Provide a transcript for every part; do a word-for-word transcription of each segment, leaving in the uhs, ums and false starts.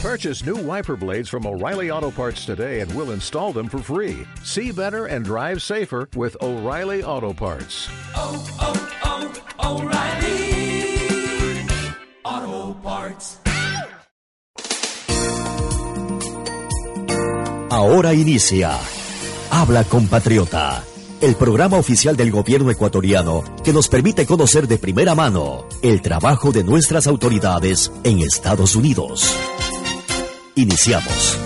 Purchase new wiper blades from O'Reilly Auto Parts today and we'll install them for free. See better and drive safer with O'Reilly Auto Parts. Oh, oh, oh, O'Reilly Auto Parts. Ahora inicia Habla Compatriota, el programa oficial del gobierno ecuatoriano que nos permite conocer de primera mano el trabajo de nuestras autoridades en Estados Unidos. Iniciamos.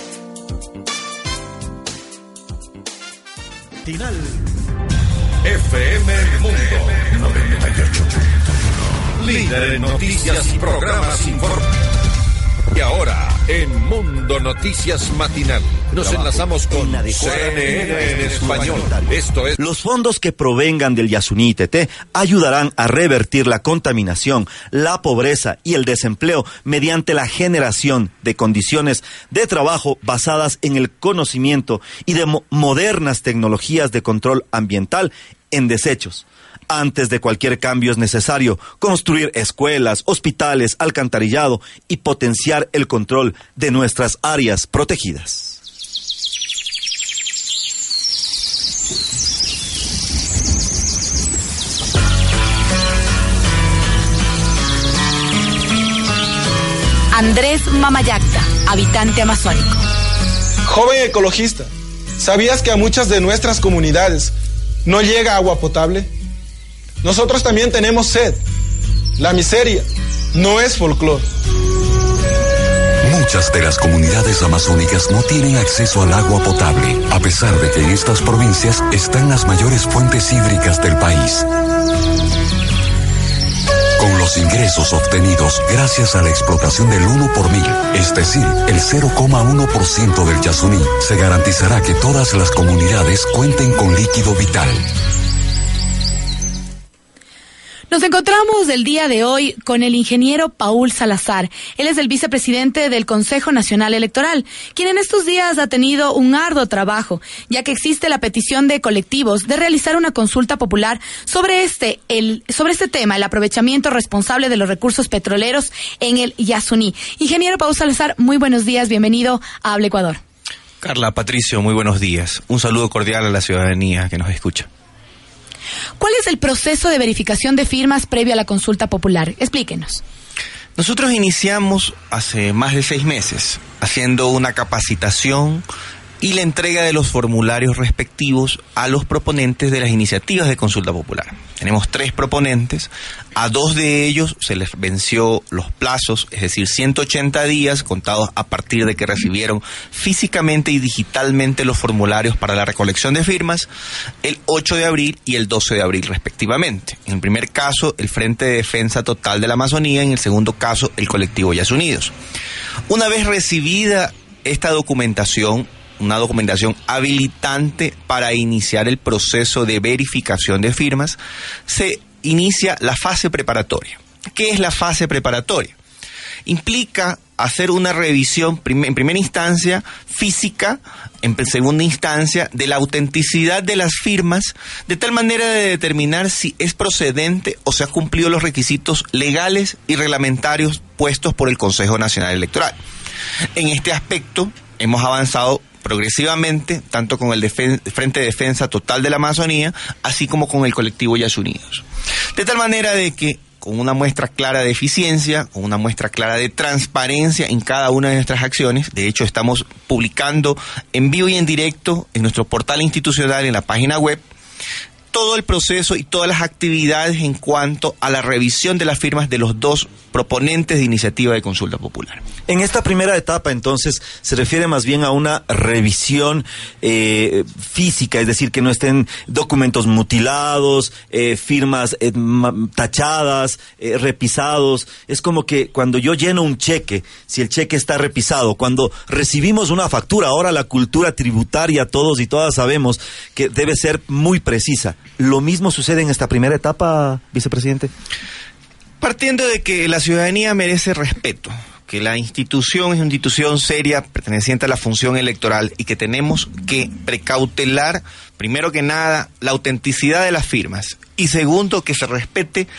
Final F M Mundo noventa y ocho punto uno. Líder en noticias y programas informativos. Y ahora, en Mundo Noticias Matinal, nos Trabajo enlazamos con C N N en español. Esto es... Los fondos que provengan del Yasuní T T ayudarán a revertir la contaminación, la pobreza y el desempleo mediante la generación de condiciones de trabajo basadas en el conocimiento y de mo- modernas tecnologías de control ambiental en desechos. Antes de cualquier cambio es necesario construir escuelas, hospitales, alcantarillado y potenciar el control de nuestras áreas protegidas. Andrés Mamayacta, habitante amazónico. Joven ecologista, ¿sabías que a muchas de nuestras comunidades no llega agua potable? Nosotros también tenemos sed. La miseria no es folclore. Muchas de las comunidades amazónicas no tienen acceso al agua potable, a pesar de que en estas provincias están las mayores fuentes hídricas del país. Con los ingresos obtenidos gracias a la explotación del uno por mil, es decir, el cero coma uno por ciento del Yasuní, se garantizará que todas las comunidades cuenten con líquido vital. Nos encontramos el día de hoy con el ingeniero Paul Salazar. Él es el vicepresidente del Consejo Nacional Electoral, quien en estos días ha tenido un arduo trabajo, ya que existe la petición de colectivos de realizar una consulta popular sobre este, el, sobre este tema, el aprovechamiento responsable de los recursos petroleros en el Yasuní. Ingeniero Paul Salazar, muy buenos días, bienvenido a Habla Ecuador. Carla, Patricio, muy buenos días. Un saludo cordial a la ciudadanía que nos escucha. ¿Cuál es el proceso de verificación de firmas previo a la consulta popular? Explíquenos. Nosotros iniciamos hace más de seis meses haciendo una capacitación y la entrega de los formularios respectivos a los proponentes de las iniciativas de consulta popular. Tenemos tres proponentes, a dos de ellos se les venció los plazos, es decir, ciento ochenta días contados a partir de que recibieron físicamente y digitalmente los formularios para la recolección de firmas, el ocho de abril y el doce de abril respectivamente. En el primer caso, el Frente de Defensa Total de la Amazonía, en el segundo caso, el colectivo Yasunidos. Una vez recibida esta documentación, una documentación habilitante para iniciar el proceso de verificación de firmas, se inicia la fase preparatoria. ¿Qué es la fase preparatoria? Implica hacer una revisión prim- en primera instancia física, en segunda instancia de la autenticidad de las firmas, de tal manera de determinar si es procedente o se han cumplido los requisitos legales y reglamentarios puestos por el Consejo Nacional Electoral. En este aspecto hemos avanzado progresivamente, tanto con el Defen- Frente de Defensa Total de la Amazonía, así como con el colectivo Yasunidos. De tal manera de que, con una muestra clara de eficiencia, con una muestra clara de transparencia en cada una de nuestras acciones, de hecho estamos publicando en vivo y en directo en nuestro portal institucional, en la página web, todo el proceso y todas las actividades en cuanto a la revisión de las firmas de los dos proponentes de iniciativa de consulta popular. En esta primera etapa, entonces, se refiere más bien a una revisión eh, física, es decir, que no estén documentos mutilados, eh, firmas eh, tachadas, eh, repisados. Es como que cuando yo lleno un cheque, si el cheque está repisado, cuando recibimos una factura, ahora la cultura tributaria, todos y todas sabemos que debe ser muy precisa. ¿Lo mismo sucede en esta primera etapa, vicepresidente? Partiendo de que la ciudadanía merece respeto, que la institución es una institución seria perteneciente a la función electoral y que tenemos que precautelar, primero que nada, la autenticidad de las firmas y segundo, que se respete la votación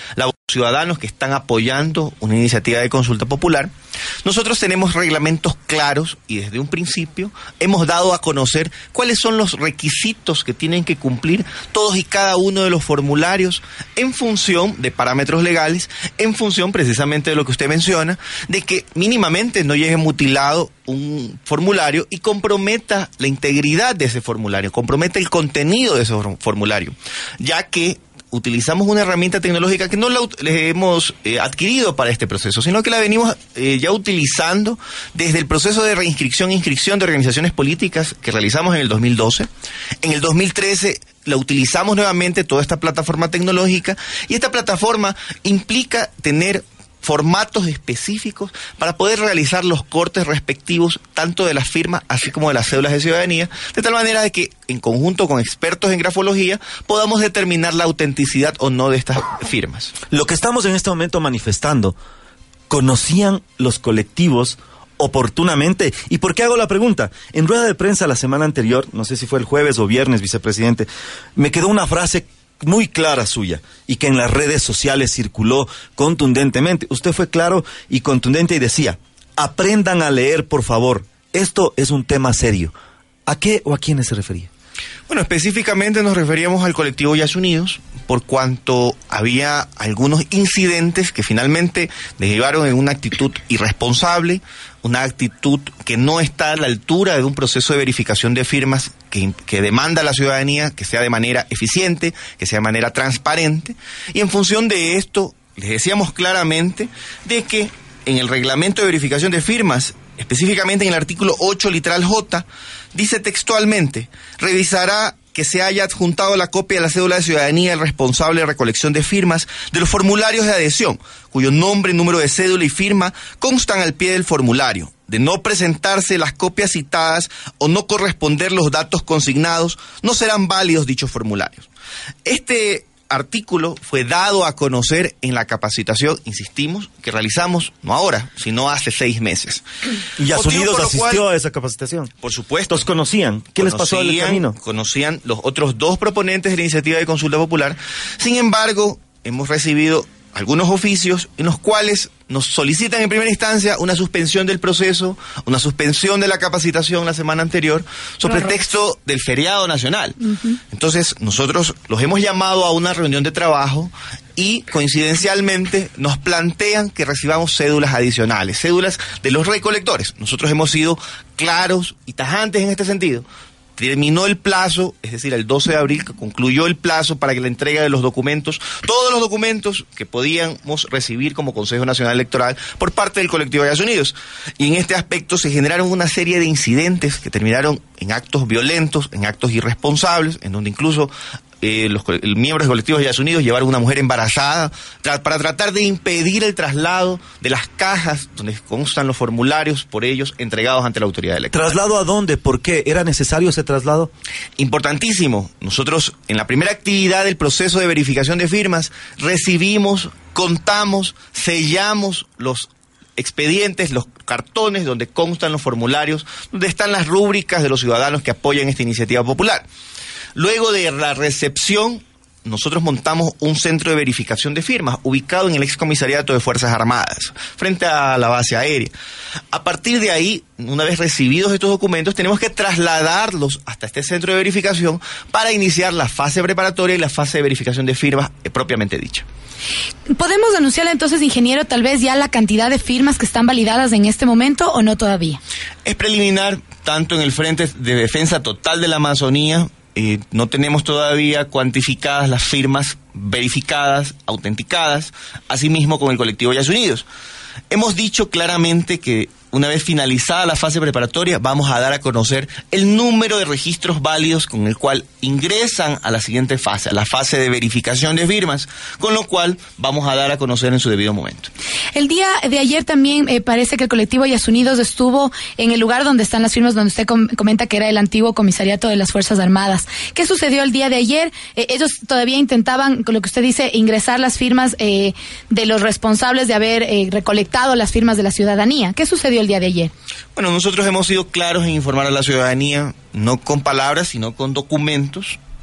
ciudadanos que están apoyando una iniciativa de consulta popular. Nosotros tenemos reglamentos claros y desde un principio hemos dado a conocer cuáles son los requisitos que tienen que cumplir todos y cada uno de los formularios en función de parámetros legales, en función precisamente de lo que usted menciona, de que mínimamente no llegue mutilado un formulario y comprometa la integridad de ese formulario, comprometa el contenido de ese formulario, ya que utilizamos una herramienta tecnológica que no la hemos eh, adquirido para este proceso, sino que la venimos eh, ya utilizando desde el proceso de reinscripción e inscripción de organizaciones políticas que realizamos en el dos mil doce. En el dos mil trece la utilizamos nuevamente, toda esta plataforma tecnológica, y esta plataforma implica tener formatos específicos para poder realizar los cortes respectivos tanto de las firmas así como de las cédulas de ciudadanía, de tal manera de que en conjunto con expertos en grafología podamos determinar la autenticidad o no de estas firmas. Lo que estamos en este momento manifestando, ¿conocían los colectivos oportunamente? ¿Y por qué hago la pregunta? En rueda de prensa la semana anterior, no sé si fue el jueves o viernes, vicepresidente, me quedó una frase muy clara suya y que en las redes sociales circuló contundentemente. Usted fue claro y contundente y decía: aprendan a leer, por favor. Esto es un tema serio. ¿A qué o a quiénes se refería? Bueno, específicamente nos referíamos al colectivo Yasunidos, por cuanto había algunos incidentes que finalmente derivaron en una actitud irresponsable, una actitud que no está a la altura de un proceso de verificación de firmas que, que demanda a la ciudadanía que sea de manera eficiente, que sea de manera transparente, y en función de esto les decíamos claramente de que en el reglamento de verificación de firmas, específicamente en el artículo ocho, literal J, dice textualmente: revisará que se haya adjuntado la copia de la cédula de ciudadanía el responsable de recolección de firmas de los formularios de adhesión, cuyo nombre, número de cédula y firma constan al pie del formulario. De no presentarse las copias citadas o no corresponder los datos consignados, no serán válidos dichos formularios. Este artículo fue dado a conocer en la capacitación, insistimos, que realizamos no ahora, sino hace seis meses. ¿Y Yasunidos asistió cual, a esa capacitación? Por supuesto. ¿Los conocían? ¿Qué les pasó en el camino? Conocían los otros dos proponentes de la iniciativa de consulta popular. Sin embargo, hemos recibido algunos oficios en los cuales nos solicitan en primera instancia una suspensión del proceso, una suspensión de la capacitación la semana anterior, sobre pretexto del feriado nacional. Uh-huh. Entonces, nosotros los hemos llamado a una reunión de trabajo y coincidencialmente nos plantean que recibamos cédulas adicionales, cédulas de los recolectores. Nosotros hemos sido claros y tajantes en este sentido. Terminó el plazo, es decir, el doce de abril, que concluyó el plazo para que la entrega de los documentos, todos los documentos que podíamos recibir como Consejo Nacional Electoral por parte del colectivo Yasunidos. Y en este aspecto se generaron una serie de incidentes que terminaron en actos violentos, en actos irresponsables, en donde incluso Eh, los el, miembros de colectivos Yasunidos llevaron a una mujer embarazada tra para tratar de impedir el traslado de las cajas donde constan los formularios por ellos entregados ante la autoridad electoral. ¿Traslado a dónde? ¿Por qué? ¿Era necesario ese traslado? Importantísimo. Nosotros en la primera actividad del proceso de verificación de firmas recibimos, contamos, sellamos los expedientes, los cartones donde constan los formularios, donde están las rúbricas de los ciudadanos que apoyan esta iniciativa popular. Luego de la recepción, nosotros montamos un centro de verificación de firmas ubicado en el ex comisariato de Fuerzas Armadas, frente a la base aérea. A partir de ahí, una vez recibidos estos documentos, tenemos que trasladarlos hasta este centro de verificación para iniciar la fase preparatoria y la fase de verificación de firmas eh, propiamente dicha. ¿Podemos anunciarle entonces, ingeniero, tal vez ya la cantidad de firmas que están validadas en este momento o no todavía? Es preliminar, tanto en el Frente de Defensa Total de la Amazonía. Eh, no tenemos todavía cuantificadas las firmas verificadas, autenticadas, asimismo con el colectivo Yasunidos. Hemos dicho claramente que una vez finalizada la fase preparatoria, vamos a dar a conocer el número de registros válidos con el cual ingresan a la siguiente fase, a la fase de verificación de firmas, con lo cual vamos a dar a conocer en su debido momento. El día de ayer también eh, parece que el colectivo Yasunidos estuvo en el lugar donde están las firmas, donde usted com comenta que era el antiguo comisariato de las Fuerzas Armadas. ¿Qué sucedió el día de ayer? Eh, ellos todavía intentaban, con lo que usted dice, ingresar las firmas eh, de los responsables de haber eh, recolectado las firmas de la ciudadanía. ¿Qué sucedió el día de ayer? Bueno, nosotros hemos sido claros en informar a la ciudadanía, no con palabras, sino con documentos,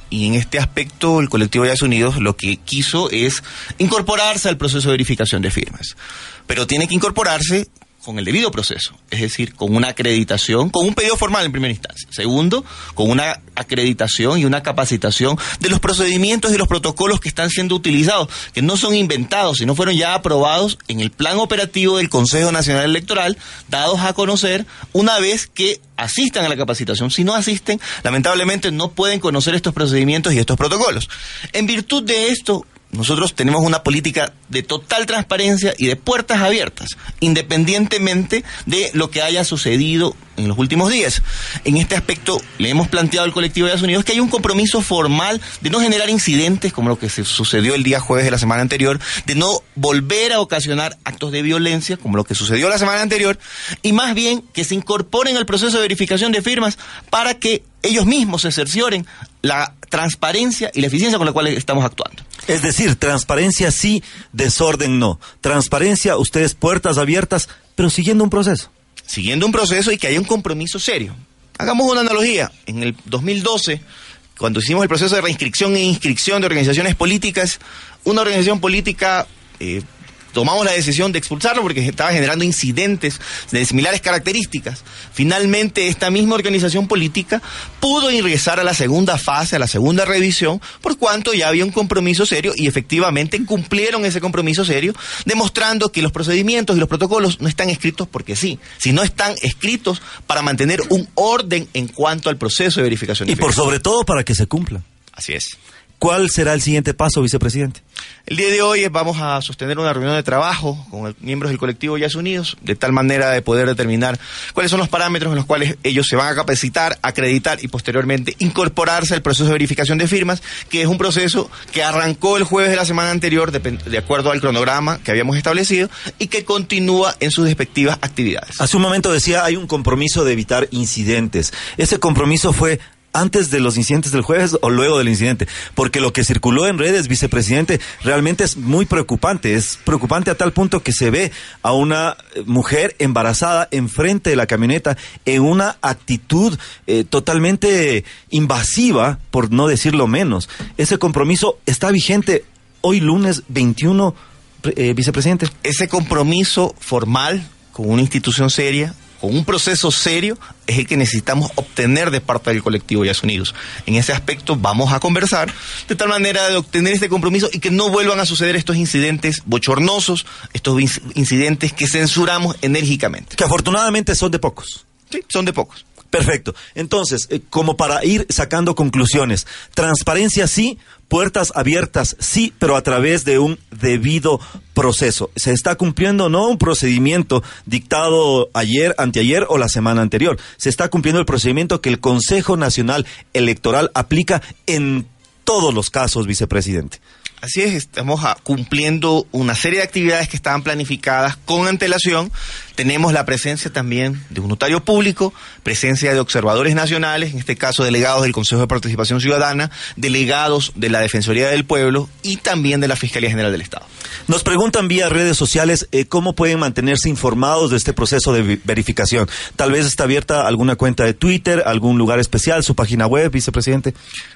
y en este aspecto el colectivo Yas Unidos lo que quiso es incorporarse al proceso de verificación de firmas. Pero tiene que incorporarse con el debido proceso, es decir, con una acreditación, con un pedido formal en primera instancia. Segundo, con una acreditación y una capacitación de los procedimientos y los protocolos que están siendo utilizados, que no son inventados, sino fueron ya aprobados en el plan operativo del Consejo Nacional Electoral, dados a conocer una vez que asistan a la capacitación. Si no asisten, lamentablemente no pueden conocer estos procedimientos y estos protocolos. En virtud de esto, nosotros tenemos una política de total transparencia y de puertas abiertas, independientemente de lo que haya sucedido en los últimos días. En este aspecto le hemos planteado al colectivo de Yas Unidos que hay un compromiso formal de no generar incidentes como lo que se sucedió el día jueves de la semana anterior, de no volver a ocasionar actos de violencia como lo que sucedió la semana anterior, y más bien que se incorporen al proceso de verificación de firmas para que ellos mismos se cercioren la transparencia y la eficiencia con la cual estamos actuando. Es decir, transparencia sí, desorden no. Transparencia, ustedes puertas abiertas, pero siguiendo un proceso. Siguiendo un proceso y que haya un compromiso serio. Hagamos una analogía. En el dos mil doce, cuando hicimos el proceso de reinscripción e inscripción de organizaciones políticas, una organización política... Eh, tomamos la decisión de expulsarlo porque estaba generando incidentes de similares características. Finalmente, esta misma organización política pudo ingresar a la segunda fase, a la segunda revisión, por cuanto ya había un compromiso serio y efectivamente cumplieron ese compromiso serio, demostrando que los procedimientos y los protocolos no están escritos porque sí, sino están escritos para mantener un orden en cuanto al proceso de verificación. Y por sobre todo para que se cumpla. Así es. ¿Cuál será el siguiente paso, vicepresidente? El día de hoy vamos a sostener una reunión de trabajo con miembros del colectivo Yas Unidos, de tal manera de poder determinar cuáles son los parámetros en los cuales ellos se van a capacitar, acreditar y posteriormente incorporarse al proceso de verificación de firmas, que es un proceso que arrancó el jueves de la semana anterior, de, de acuerdo al cronograma que habíamos establecido, y que continúa en sus respectivas actividades. Hace un momento decía, hay un compromiso de evitar incidentes. ¿Ese compromiso fue antes de los incidentes del jueves o luego del incidente? Porque lo que circuló en redes, vicepresidente, realmente es muy preocupante. Es preocupante a tal punto que se ve a una mujer embarazada enfrente de la camioneta en una actitud eh, totalmente invasiva, por no decirlo menos. ¿Ese compromiso está vigente hoy lunes veintiuno, eh, vicepresidente? Ese compromiso formal con una institución seria, con un proceso serio, es el que necesitamos obtener de parte del colectivo Yas Unidos. En ese aspecto vamos a conversar de tal manera de obtener este compromiso y que no vuelvan a suceder estos incidentes bochornosos, estos incidentes que censuramos enérgicamente. Que afortunadamente son de pocos. Sí, son de pocos. Perfecto. Entonces, eh, como para ir sacando conclusiones, transparencia sí, puertas abiertas sí, pero a través de un debido proceso. Se está cumpliendo no un procedimiento dictado ayer, anteayer o la semana anterior. Se está cumpliendo el procedimiento que el Consejo Nacional Electoral aplica en todos los casos, vicepresidente. Así es, estamos a, cumpliendo una serie de actividades que estaban planificadas con antelación. Tenemos la presencia también de un notario público, presencia de observadores nacionales, en este caso delegados del Consejo de Participación Ciudadana, delegados de la Defensoría del Pueblo y también de la Fiscalía General del Estado. Nos preguntan vía redes sociales eh, cómo pueden mantenerse informados de este proceso de verificación. Tal vez está abierta alguna cuenta de Twitter, algún lugar especial, su página web, vicepresidente.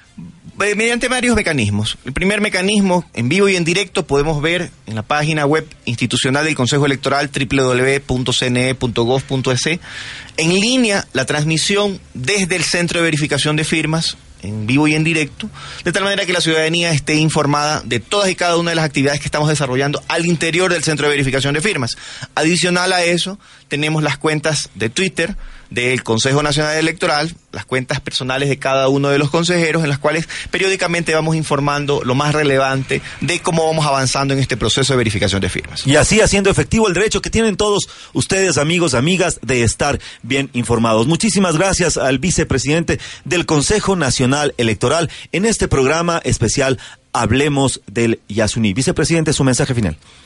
Mediante varios mecanismos. El primer mecanismo, en vivo y en directo, podemos ver en la página web institucional del Consejo Electoral, doble u doble u doble u punto c n e punto gov punto e s, en línea la transmisión desde el Centro de Verificación de Firmas, en vivo y en directo, de tal manera que la ciudadanía esté informada de todas y cada una de las actividades que estamos desarrollando al interior del Centro de Verificación de Firmas. Adicional a eso, tenemos las cuentas de Twitter del Consejo Nacional Electoral, las cuentas personales de cada uno de los consejeros, en las cuales periódicamente vamos informando lo más relevante de cómo vamos avanzando en este proceso de verificación de firmas. Y así haciendo efectivo el derecho que tienen todos ustedes, amigos, amigas, de estar bien informados. Muchísimas gracias al vicepresidente del Consejo Nacional Electoral en este programa especial Hablemos del Yasuní. Vicepresidente, su mensaje final.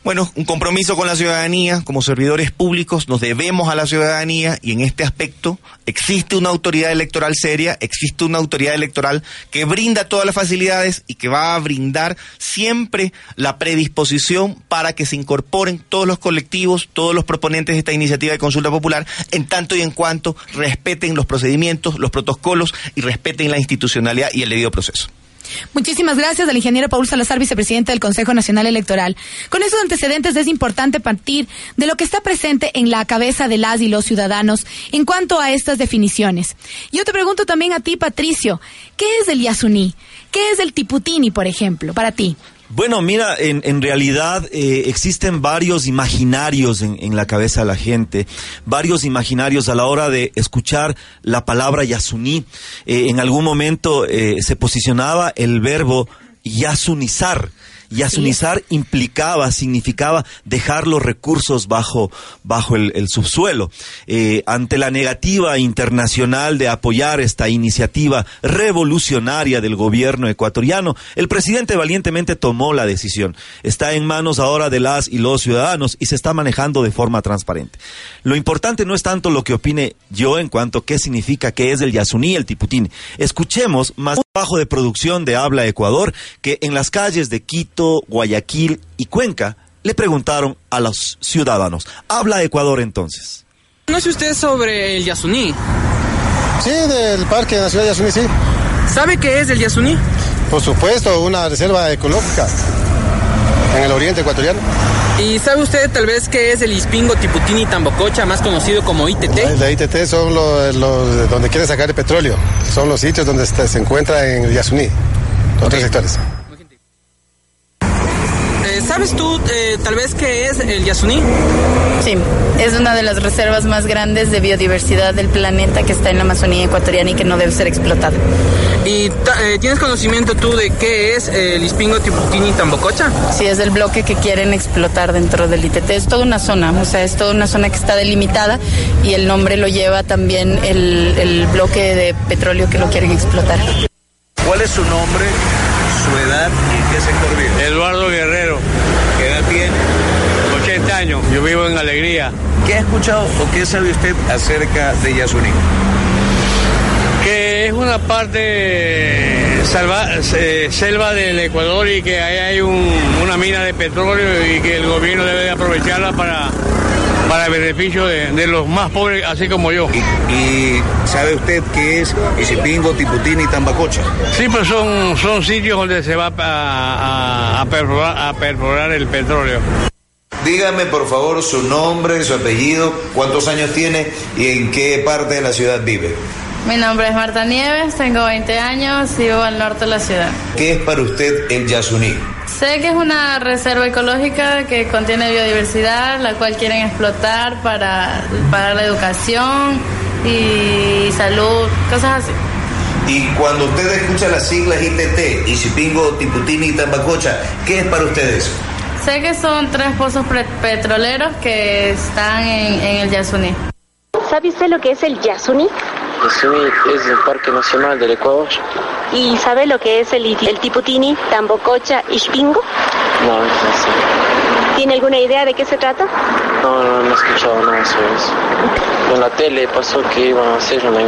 Bueno, un compromiso con la ciudadanía, como servidores públicos nos debemos a la ciudadanía y en este aspecto existe una autoridad electoral seria, existe una autoridad electoral que brinda todas las facilidades y que va a brindar siempre la predisposición para que se incorporen todos los colectivos, todos los proponentes de esta iniciativa de consulta popular, en tanto y en cuanto respeten los procedimientos, los protocolos y respeten la institucionalidad y el debido proceso. Muchísimas gracias al ingeniero Paul Salazar, vicepresidente del Consejo Nacional Electoral. Con esos antecedentes es importante partir de lo que está presente en la cabeza de las y los ciudadanos en cuanto a estas definiciones. Yo te pregunto también a ti, Patricio, ¿qué es el Yasuní? ¿Qué es el Tiputini, por ejemplo, para ti? Bueno, mira, en, en realidad eh, existen varios imaginarios en, en la cabeza de la gente, varios imaginarios a la hora de escuchar la palabra Yasuní. Eh, en algún momento eh, se posicionaba el verbo yasunizar. Yasunizar implicaba, significaba dejar los recursos bajo, bajo el, el subsuelo. Eh, ante la negativa internacional de apoyar esta iniciativa revolucionaria del gobierno ecuatoriano, el presidente valientemente tomó la decisión. Está en manos ahora de las y los ciudadanos y se está manejando de forma transparente. Lo importante no es tanto lo que opine yo en cuanto a qué significa, qué es el Yasuní, el Tiputini. Escuchemos más un trabajo de producción de Habla Ecuador que en las calles de Quito, Guayaquil y Cuenca le preguntaron a los ciudadanos. Habla Ecuador entonces. ¿Conoce usted sobre el Yasuní? Sí, del Parque Nacional Yasuní, sí. ¿Sabe qué es el Yasuní? Por supuesto, una reserva ecológica en el oriente ecuatoriano. ¿Y sabe usted tal vez qué es el Ispingo Tiputini Tambococha, más conocido como I T T? La I T T son los, los donde quieren sacar el petróleo. Son los sitios donde se, se encuentra en el Yasuní, los okay. tres sectores. ¿Sabes tú eh, tal vez qué es el Yasuní? Sí, es una de las reservas más grandes de biodiversidad del planeta que está en la Amazonía ecuatoriana y que no debe ser explotada. ¿Y eh, tienes conocimiento tú de qué es el Ispingo Tiputini Tambococha? Sí, es el bloque que quieren explotar dentro del I T T. Es toda una zona, o sea, es toda una zona que está delimitada y el nombre lo lleva también el, el bloque de petróleo que lo quieren explotar. ¿Cuál es su nombre, su edad y en qué sector vive? Eduardo Guerrero. ¿Qué edad tiene? ochenta años, yo vivo en Alegría. ¿Qué ha escuchado o qué sabe usted acerca de Yasuní? Que es una parte salva, eh, selva del Ecuador y que ahí hay un, una mina de petróleo y que el gobierno debe de aprovecharla para, para el beneficio de, de los más pobres, así como yo. ¿Y, y sabe usted qué es Ispingo, Tiputini y Tambococha? Sí, pues son, son sitios donde se va a, a, a, perforar, a perforar el petróleo. Dígame por favor su nombre, su apellido, cuántos años tiene y en qué parte de la ciudad vive. Mi nombre es Marta Nieves, tengo veinte años y vivo al norte de la ciudad. ¿Qué es para usted el Yasuní? Sé que es una reserva ecológica que contiene biodiversidad, la cual quieren explotar para, para la educación y salud, cosas así. Y cuando usted escucha las siglas I T T, Ispingo, Tiputini y Tambococha, ¿qué es para ustedes? Sé que son tres pozos petroleros que están en, en el Yasuní. ¿Sabe usted lo que es el Yasuní? Yasuní es el Parque Nacional del Ecuador. ¿Y sabe lo que es el, el Tiputini, Tambococha y Ispingo? No, no sé. ¿Tiene alguna idea de qué se trata? No, no, no he escuchado nada sobre eso. En la tele pasó que iban a hacer una...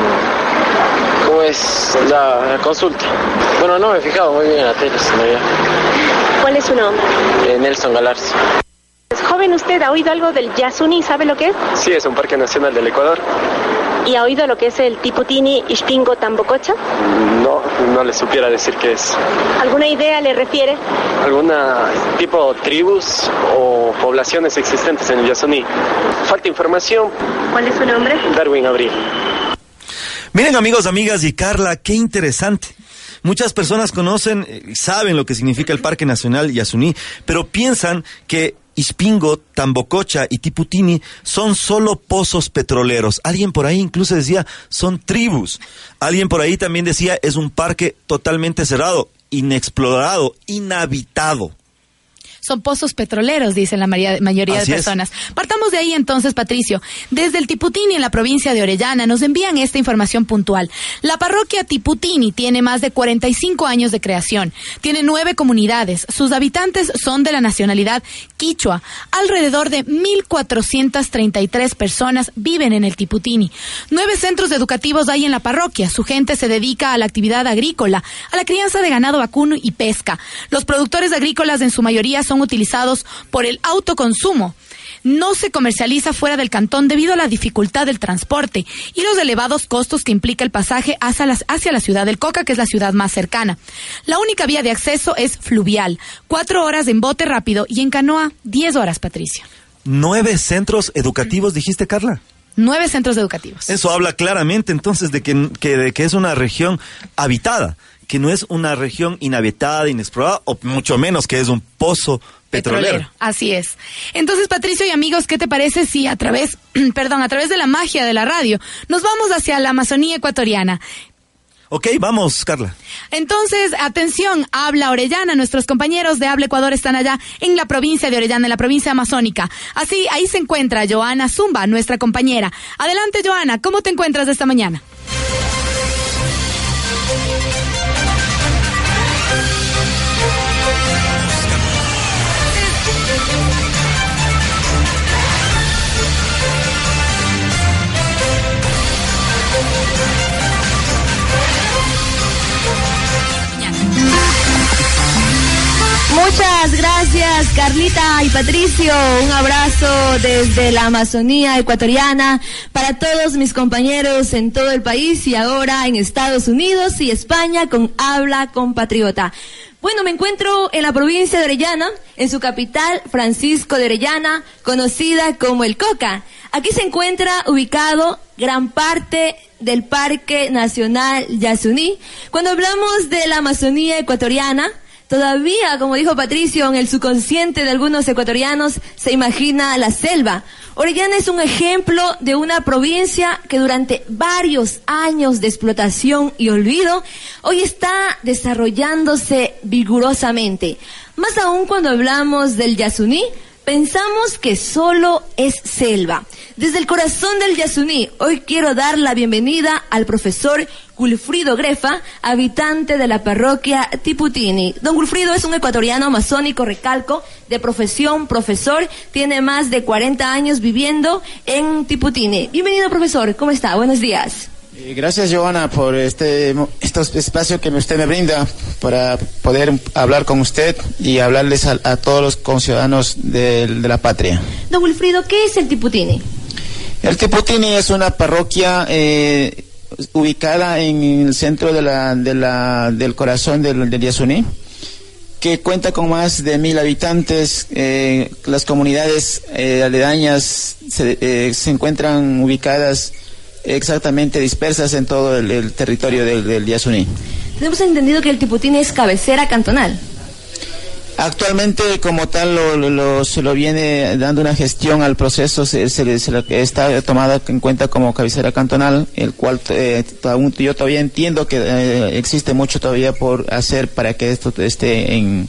¿Cómo es la, la consulta? Bueno, no me he fijado muy bien en la tele, se me veía. ¿Cuál es su nombre? Eh, Nelson Galarza. Joven, ¿usted ha oído algo del Yasuní? ¿Sabe lo que es? Sí, es un parque nacional del Ecuador. ¿Y ha oído lo que es el Tiputini, Ispingo, Tambococha? No, no le supiera decir qué es. ¿Alguna idea le refiere? ¿Alguna tipo tribus o poblaciones existentes en el Yasuní? Falta información. ¿Cuál es su nombre? Darwin Abril. Miren, amigos, amigas y Carla, qué interesante. Muchas personas conocen y saben lo que significa el Parque Nacional Yasuní, pero piensan que Ispingo, Tambococha y Tiputini son solo pozos petroleros. Alguien por ahí incluso decía, son tribus. Alguien por ahí también decía, es un parque totalmente cerrado, inexplorado, inhabitado. son pozos petroleros, dicen la mayoría, mayoría de personas. Es. Partamos de ahí entonces, Patricio. Desde el Tiputini, en la provincia de Orellana, nos envían esta información puntual. La parroquia Tiputini tiene más de cuarenta y cinco años de creación. Tiene nueve comunidades. Sus habitantes son de la nacionalidad quichua. Alrededor de mil cuatrocientas treinta y tres personas viven en el Tiputini. Nueve centros educativos hay en la parroquia. Su gente se dedica a la actividad agrícola, a la crianza de ganado vacuno y pesca. Los productores agrícolas en su mayoría son utilizados por el autoconsumo. No se comercializa fuera del cantón debido a la dificultad del transporte y los elevados costos que implica el pasaje hacia la, hacia la ciudad del Coca, que es la ciudad más cercana. La única vía de acceso es fluvial, cuatro horas en bote rápido y en canoa, diez horas, Patricio. ¿Nueve centros educativos, dijiste, Carla? Nueve centros educativos. Eso habla claramente entonces de que, que, de que es una región habitada, que no es una región inhabitada, inexplorada, o mucho menos que es un pozo petrolero. petrolero. Así es. Entonces, Patricio y amigos, ¿qué te parece si a través, perdón, a través de la magia de la radio, nos vamos hacia la Amazonía ecuatoriana? Ok, vamos, Carla. Entonces, atención, Habla Orellana. Nuestros compañeros de Habla Ecuador están allá en la provincia de Orellana, en la provincia amazónica. Así, ahí se encuentra Joana Zumba, nuestra compañera. Adelante, Joana, ¿cómo te encuentras esta mañana? Muchas gracias, Carlita y Patricio. Un abrazo desde la Amazonía ecuatoriana para todos mis compañeros en todo el país y ahora en Estados Unidos y España con Habla Compatriota. Bueno, me encuentro en la provincia de Orellana, en su capital, Francisco de Orellana, conocida como el Coca. Aquí se encuentra ubicado gran parte del Parque Nacional Yasuní. Cuando hablamos de la Amazonía ecuatoriana, todavía, como dijo Patricio, en el subconsciente de algunos ecuatorianos se imagina la selva. Orellana es un ejemplo de una provincia que durante varios años de explotación y olvido, hoy está desarrollándose vigorosamente. Más aún cuando hablamos del Yasuní, pensamos que solo es selva. Desde el corazón del Yasuní, hoy quiero dar la bienvenida al profesor Wilfrido Grefa, habitante de la parroquia Tiputini. Don Wilfrido es un ecuatoriano amazónico, recalco, de profesión profesor, tiene más de cuarenta años viviendo en Tiputini. Bienvenido, profesor, ¿cómo está? Buenos días. Gracias, Joana, por este, este espacio que usted me brinda para poder hablar con usted y hablarles a, a todos los conciudadanos de, de la patria. Don Wilfrido, ¿qué es el Tiputini? El Tiputini es una parroquia eh, ubicada en el centro de la, de la, del corazón del, del Yasuní, que cuenta con más de mil habitantes. Eh, las comunidades eh, aledañas se, eh, se encuentran ubicadas exactamente dispersas en todo el, el territorio del, del Yasuní. Tenemos entendido que el Tiputini es cabecera cantonal. Actualmente, como tal, lo, lo, se lo viene dando una gestión al proceso, se, se, se lo, está tomada en cuenta como cabecera cantonal, el cual eh, yo todavía entiendo que eh, existe mucho todavía por hacer para que esto esté en,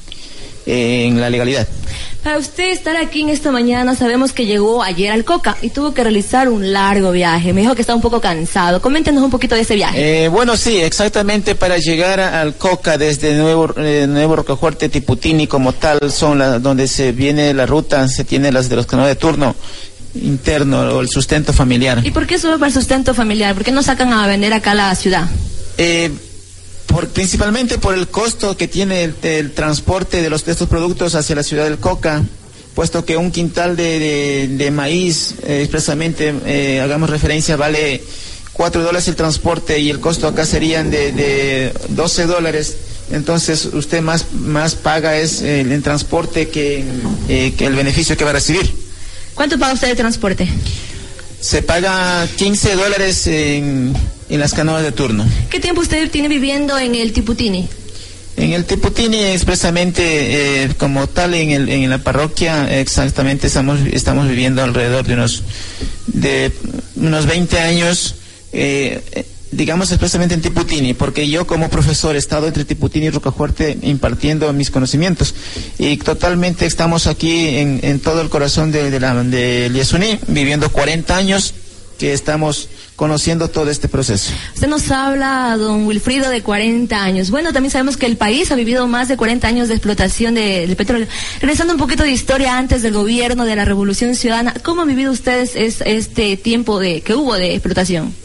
en la legalidad. Para usted estar aquí en esta mañana, sabemos que llegó ayer al Coca y tuvo que realizar un largo viaje. Me dijo que está un poco cansado. Coméntenos un poquito de ese viaje. Eh, bueno, sí, exactamente, para llegar a, al Coca desde Nuevo, eh, Nuevo Rocafuerte, Tiputini como tal, son la, donde se viene la ruta, se tiene las de los canales de turno interno o el sustento familiar. ¿Y por qué solo para el sustento familiar? ¿Por qué no sacan a vender acá a la ciudad? Eh... Por, principalmente por el costo que tiene el, el transporte de, los, de estos productos hacia la ciudad del Coca, puesto que un quintal de, de, de maíz, eh, expresamente, eh, hagamos referencia, vale cuatro dólares el transporte y el costo acá serían de, de doce dólares. Entonces usted más, más paga es el, el transporte que, eh, que el beneficio que va a recibir. ¿Cuánto paga usted de transporte? Se paga quince dólares en, en las canoas de turno. ¿Qué tiempo usted tiene viviendo en el Tiputini? En el Tiputini, expresamente, eh, como tal, en, el, en la parroquia, exactamente estamos, estamos viviendo alrededor de unos, de unos veinte años. Eh, digamos expresamente en Tiputini, porque yo como profesor he estado entre Tiputini y Rocafuerte impartiendo mis conocimientos, y totalmente estamos aquí en, en todo el corazón de, de, la, de Yasuní, viviendo cuarenta años que estamos conociendo todo este proceso. Usted nos habla, don Wilfrido, de cuarenta años. Bueno, también sabemos que el país ha vivido más de cuarenta años de explotación de, del petróleo. Regresando un poquito de historia antes del gobierno, de la Revolución Ciudadana, ¿cómo han vivido ustedes es, este tiempo de que hubo de explotación?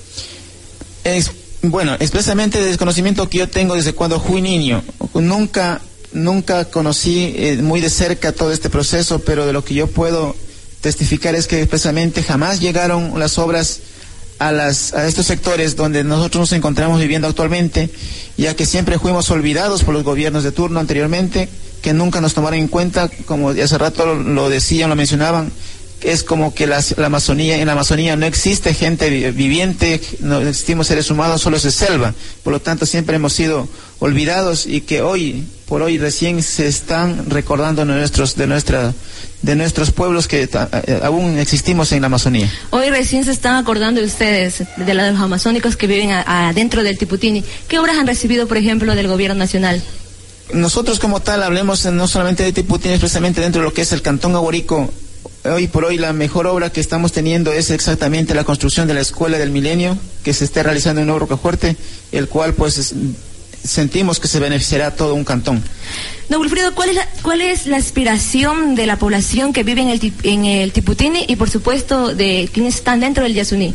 Es, bueno, expresamente el desconocimiento que yo tengo desde cuando fui niño. Nunca, nunca conocí eh, muy de cerca todo este proceso, pero de lo que yo puedo testificar es que expresamente jamás llegaron las obras a, las, a estos sectores donde nosotros nos encontramos viviendo actualmente, ya que siempre fuimos olvidados por los gobiernos de turno anteriormente, que nunca nos tomaron en cuenta, como hace rato lo, lo decían, lo mencionaban. Es como que la, la Amazonía, en la Amazonía no existe gente viviente, no existimos seres humanos, solo es selva. Por lo tanto, siempre hemos sido olvidados, y que hoy, por hoy, recién se están recordando de nuestros, de nuestra, de nuestros pueblos que eh, aún existimos en la Amazonía. Hoy recién se están acordando de ustedes, de los amazónicos que viven adentro del Tiputini. ¿Qué obras han recibido, por ejemplo, del gobierno nacional? Nosotros como tal hablemos no solamente de Tiputini, expresamente dentro de lo que es el Cantón Aguarico. Hoy por hoy la mejor obra que estamos teniendo es exactamente la construcción de la Escuela del Milenio, que se está realizando en Nuevo Rocafuerte, el cual pues es, sentimos que se beneficiará a todo un cantón. Don Wilfrido, ¿cuál es la, cuál es la aspiración de la población que vive en el, en el Tiputini y por supuesto de quienes están dentro del Yasuní?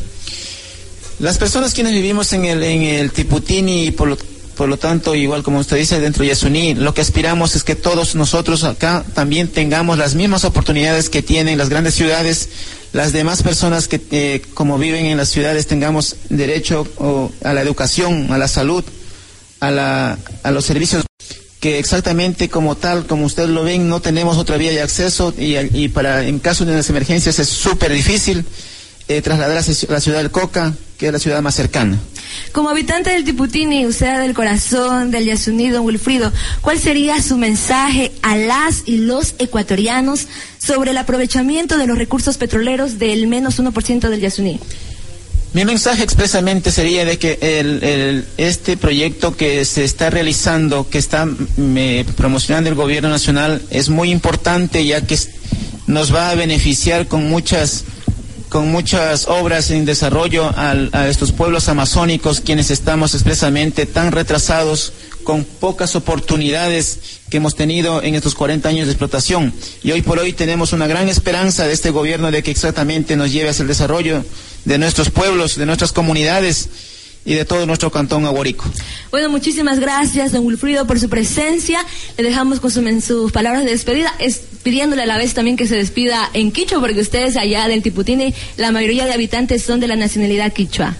Las personas quienes vivimos en el, en el Tiputini y por lo Por lo tanto, igual como usted dice, dentro de Yasuní, lo que aspiramos es que todos nosotros acá también tengamos las mismas oportunidades que tienen las grandes ciudades, las demás personas que eh, como viven en las ciudades tengamos derecho o, a la educación, a la salud, a, la, a los servicios, que exactamente como tal, como ustedes lo ven, no tenemos otra vía de acceso, y, y para en caso de unas emergencias es súper difícil eh, trasladar a la ciudad del Coca, que es la ciudad más cercana. Como habitante del Tiputini, usted del corazón del Yasuní, don Wilfrido, ¿cuál sería su mensaje a las y los ecuatorianos sobre el aprovechamiento de los recursos petroleros del menos uno por ciento del Yasuní? Mi mensaje expresamente sería de que el, el, este proyecto que se está realizando, que está me, promocionando el gobierno nacional, es muy importante, ya que nos va a beneficiar con muchas con muchas obras en desarrollo a, a estos pueblos amazónicos, quienes estamos expresamente tan retrasados, con pocas oportunidades que hemos tenido en estos cuarenta años de explotación. Y hoy por hoy tenemos una gran esperanza de este gobierno de que exactamente nos lleve hacia el desarrollo de nuestros pueblos, de nuestras comunidades y de todo nuestro cantón aguarico. Bueno, muchísimas gracias, don Wilfrido, por su presencia. Le dejamos con su, sus palabras de despedida, es, pidiéndole a la vez también que se despida en quichua, porque ustedes allá del Tiputini, la mayoría de habitantes son de la nacionalidad quichua.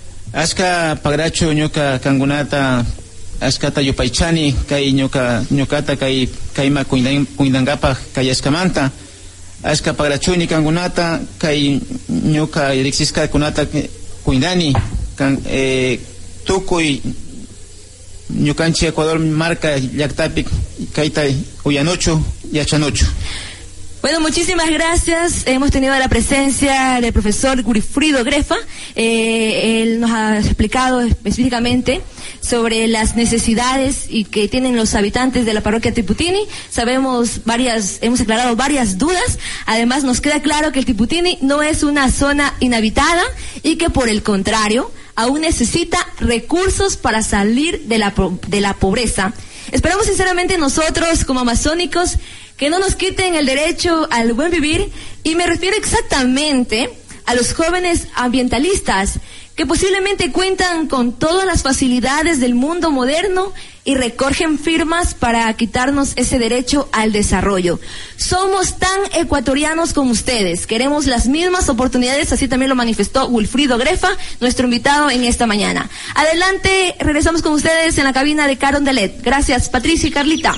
Ashka pagracho ñoka kangunata, ashkata yupaychani, kay ñoka ñokata kay kayma kuindangapa kay ashkamanta, ashka pagrachuni kangunata, kay ñoka rixiska kunata kuindani. Kan, eh, Tukuy ñukanchi Ecuador marca Llactapic Kaita Uyanocho y Achanocho. Bueno, muchísimas gracias. Hemos tenido la presencia del profesor Wilfrido Grefa. Eh, él nos ha explicado específicamente sobre las necesidades y que tienen los habitantes de la parroquia Tiputini. Sabemos varias, hemos aclarado varias dudas. Además, nos queda claro que el Tiputini no es una zona inhabitada y que por el contrario, aún necesita recursos para salir de la, de la pobreza. Esperamos sinceramente nosotros como amazónicos que no nos quiten el derecho al buen vivir, y me refiero exactamente a los jóvenes ambientalistas que posiblemente cuentan con todas las facilidades del mundo moderno y recogen firmas para quitarnos ese derecho al desarrollo. Somos tan ecuatorianos como ustedes, queremos las mismas oportunidades, así también lo manifestó Wilfrido Grefa, nuestro invitado en esta mañana. Adelante, regresamos con ustedes en la cabina de Carondelet. Gracias, Patricia y Carlita.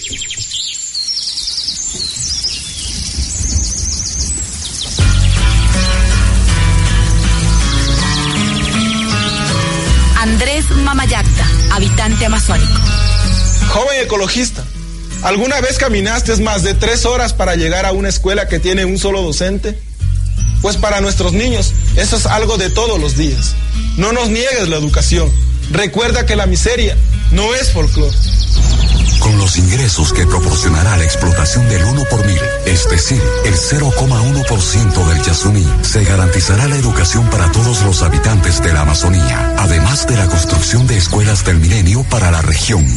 Andrés Mamayacta, habitante amazónico. Joven ecologista, ¿alguna vez caminaste más de tres horas para llegar a una escuela que tiene un solo docente? pues para nuestros niños eso es algo de todos los días. No nos niegues la educación. Recuerda que la miseria no es folclore. Con los ingresos que proporcionará la explotación del uno por mil, es decir, el cero coma uno por ciento del Yasuní, se garantizará la educación para todos los habitantes de la Amazonía, además de la construcción de escuelas del milenio para la región.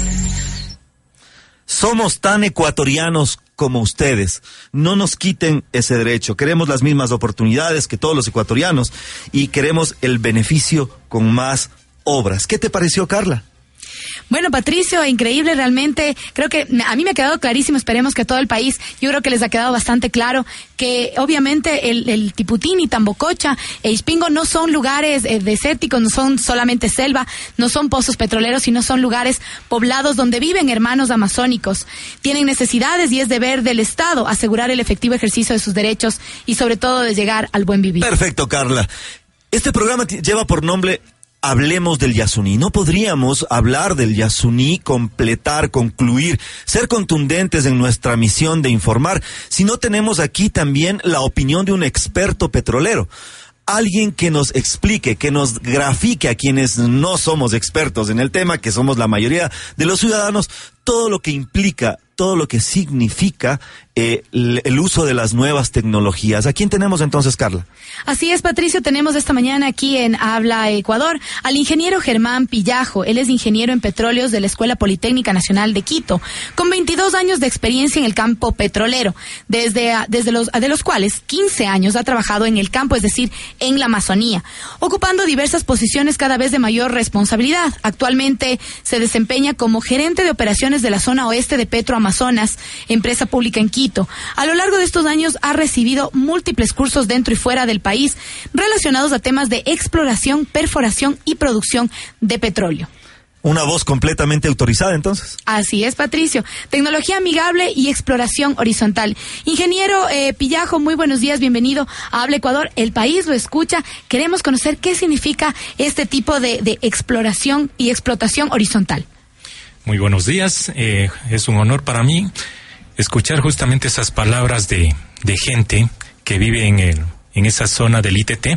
Somos tan ecuatorianos como ustedes. No nos quiten ese derecho. Queremos las mismas oportunidades que todos los ecuatorianos y queremos el beneficio con más obras. ¿Qué te pareció, Carla? Bueno, Patricio, increíble realmente. Creo que a mí me ha quedado clarísimo, esperemos que todo el país, yo creo que les ha quedado bastante claro que obviamente el, el Tiputini, Tambococha e Ispingo no son lugares eh, desérticos, no son solamente selva, no son pozos petroleros, sino son lugares poblados donde viven hermanos amazónicos. Tienen necesidades y es deber del Estado asegurar el efectivo ejercicio de sus derechos y sobre todo de llegar al buen vivir. Perfecto, Carla. Este programa t- lleva por nombre Hablemos del Yasuní. No podríamos hablar del Yasuní, completar, concluir, ser contundentes en nuestra misión de informar, si no tenemos aquí también la opinión de un experto petrolero. Alguien que nos explique, que nos grafique a quienes no somos expertos en el tema, que somos la mayoría de los ciudadanos, todo lo que implica, todo lo que significa eh, el uso de las nuevas tecnologías. ¿A quién tenemos entonces, Carla? Así es, Patricio, tenemos esta mañana aquí en Habla Ecuador al ingeniero Germán Pillajo. Él es ingeniero en petróleos de la Escuela Politécnica Nacional de Quito, con veintidós años de experiencia en el campo petrolero, desde, desde los, de los cuales quince años ha trabajado en el campo, es decir, en la Amazonía, ocupando diversas posiciones cada vez de mayor responsabilidad. Actualmente se desempeña como gerente de operaciones de la zona oeste de Petro Amazonas, empresa pública en Quito. A lo largo de estos años ha recibido múltiples cursos dentro y fuera del país relacionados a temas de exploración, perforación y producción de petróleo. Una voz completamente autorizada, entonces. Así es, Patricio. Tecnología amigable y exploración horizontal. Ingeniero eh, Pillajo, muy buenos días, bienvenido a Habla Ecuador. El país lo escucha. Queremos conocer qué significa este tipo de, de exploración y explotación horizontal. Muy buenos días. Eh, es un honor para mí escuchar justamente esas palabras de, de gente que vive en, el, en esa zona del I T T.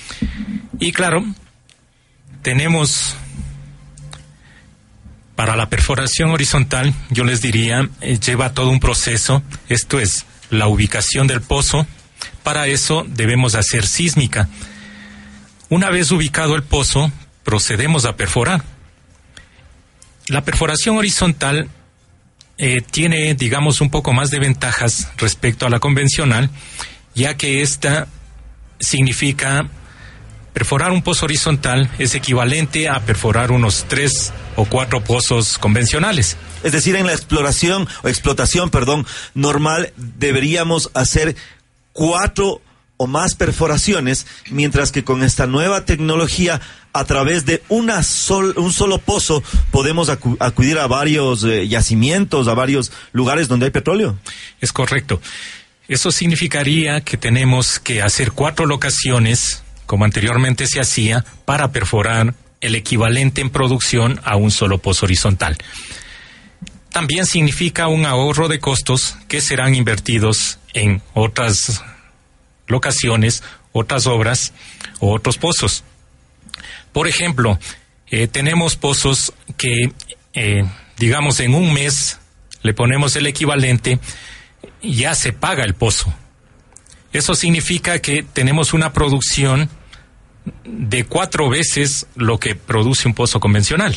Y claro, tenemos... Para la perforación horizontal, yo les diría, eh, lleva todo un proceso. Esto es la ubicación del pozo. Para eso debemos hacer sísmica. Una vez ubicado el pozo, procedemos a perforar. La perforación horizontal eh, tiene, digamos, un poco más de ventajas respecto a la convencional, ya que esta significa... Perforar un pozo horizontal es equivalente a perforar unos tres o cuatro pozos convencionales. Es decir, en la exploración o explotación, perdón, normal deberíamos hacer cuatro o más perforaciones, mientras que con esta nueva tecnología, a través de una sol, un solo pozo, podemos acu- acudir a varios eh, yacimientos, a varios lugares donde hay petróleo. Es correcto. Eso significaría que tenemos que hacer cuatro locaciones, como anteriormente se hacía, para perforar el equivalente en producción a un solo pozo horizontal. También significa un ahorro de costos que serán invertidos en otras locaciones, otras obras o otros pozos. Por ejemplo, eh, tenemos pozos que, eh, digamos, en un mes le ponemos el equivalente, ya se paga el pozo. Eso significa que tenemos una producción de cuatro veces lo que produce un pozo convencional.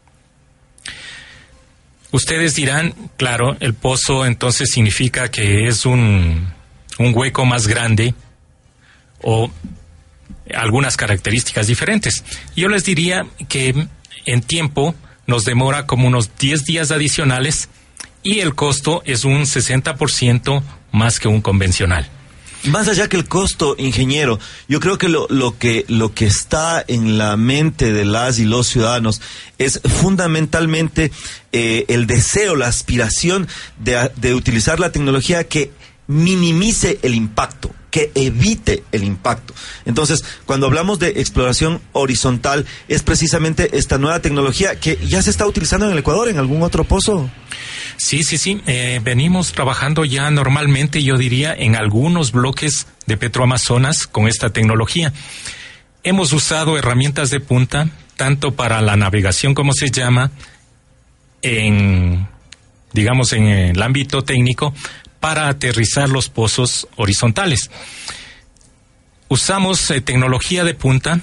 Ustedes dirán, claro, el pozo entonces significa que es un, un hueco más grande o algunas características diferentes. Yo les diría que en tiempo nos demora como unos diez días adicionales y el costo es un sesenta por ciento más que un convencional. Más allá que el costo, ingeniero, yo creo que lo, lo que lo que está en la mente de las y los ciudadanos es fundamentalmente eh, el deseo, la aspiración de, de utilizar la tecnología que minimice el impacto, que evite el impacto. Entonces, cuando hablamos de exploración horizontal, es precisamente esta nueva tecnología que ya se está utilizando en el Ecuador, en algún otro pozo. Sí, sí, sí. Eh, venimos trabajando ya normalmente, yo diría, en algunos bloques de Petroamazonas con esta tecnología. Hemos usado herramientas de punta, tanto para la navegación, como se llama, en, digamos, en el ámbito técnico, para aterrizar los pozos horizontales. Usamos eh, tecnología de punta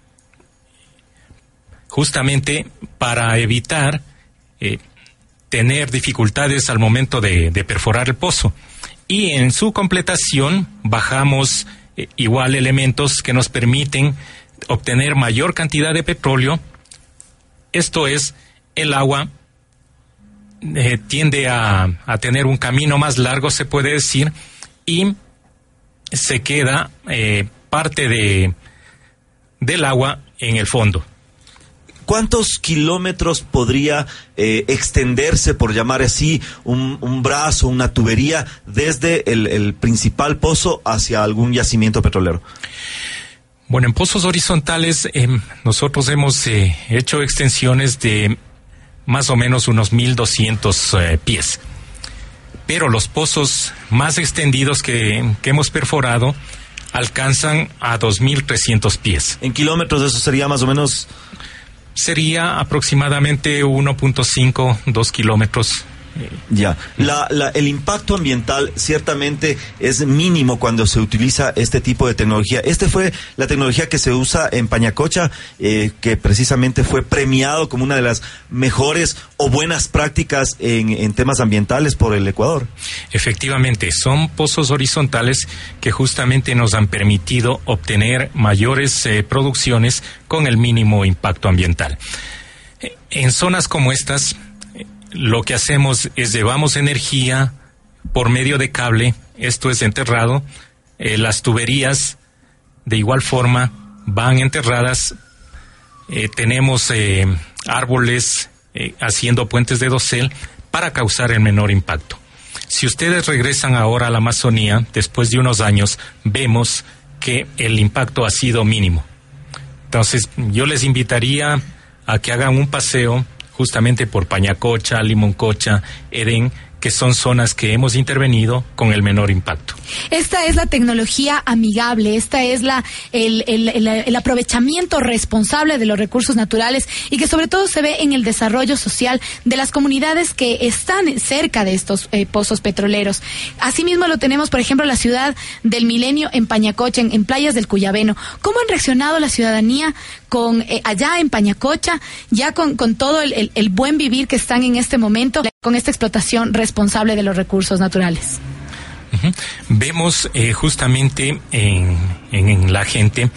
justamente para evitar eh, tener dificultades al momento de, de perforar el pozo. Y en su completación bajamos eh, igual elementos que nos permiten obtener mayor cantidad de petróleo. Esto es, el agua eh, tiende a, a tener un camino más largo, se puede decir, y se queda eh, parte de del agua en el fondo. ¿Cuántos kilómetros podría eh, extenderse, por llamar así, un, un brazo, una tubería, desde el, el principal pozo hacia algún yacimiento petrolero? Bueno, en pozos horizontales eh, nosotros hemos eh, hecho extensiones de más o menos unos mil doscientos eh, pies. Pero los pozos más extendidos que, que hemos perforado alcanzan a dos mil trescientos pies. ¿En kilómetros eso sería más o menos? Sería aproximadamente uno punto cinco, dos kilómetros. Ya, la, la, el impacto ambiental ciertamente es mínimo cuando se utiliza este tipo de tecnología. Este fue la tecnología que se usa en Pañacocha, eh, que precisamente fue premiado como una de las mejores o buenas prácticas en, en temas ambientales por el Ecuador. Efectivamente, son pozos horizontales que justamente nos han permitido obtener mayores eh, producciones con el mínimo impacto ambiental. En zonas como estas, lo que hacemos es llevamos energía por medio de cable, esto es enterrado, eh, las tuberías de igual forma van enterradas, eh, tenemos eh, árboles eh, haciendo puentes de dosel para causar el menor impacto. Si ustedes regresan ahora a la Amazonía, después de unos años, vemos que el impacto ha sido mínimo. Entonces, yo les invitaría a que hagan un paseo justamente por Pañacocha, Limoncocha, Edén, que son zonas que hemos intervenido con el menor impacto. Esta es la tecnología amigable, esta es la el, el, el, el aprovechamiento responsable de los recursos naturales y que sobre todo se ve en el desarrollo social de las comunidades que están cerca de estos eh, pozos petroleros. Asimismo lo tenemos, por ejemplo, en la ciudad del Milenio, en Pañacocha, en, en playas del Cuyabeno. ¿Cómo han reaccionado la ciudadanía con eh, allá en Pañacocha, ya con, con todo el, el, el buen vivir que están en este momento, con esta explotación responsable de los recursos naturales? Uh-huh. Vemos eh, justamente en, en, en la gente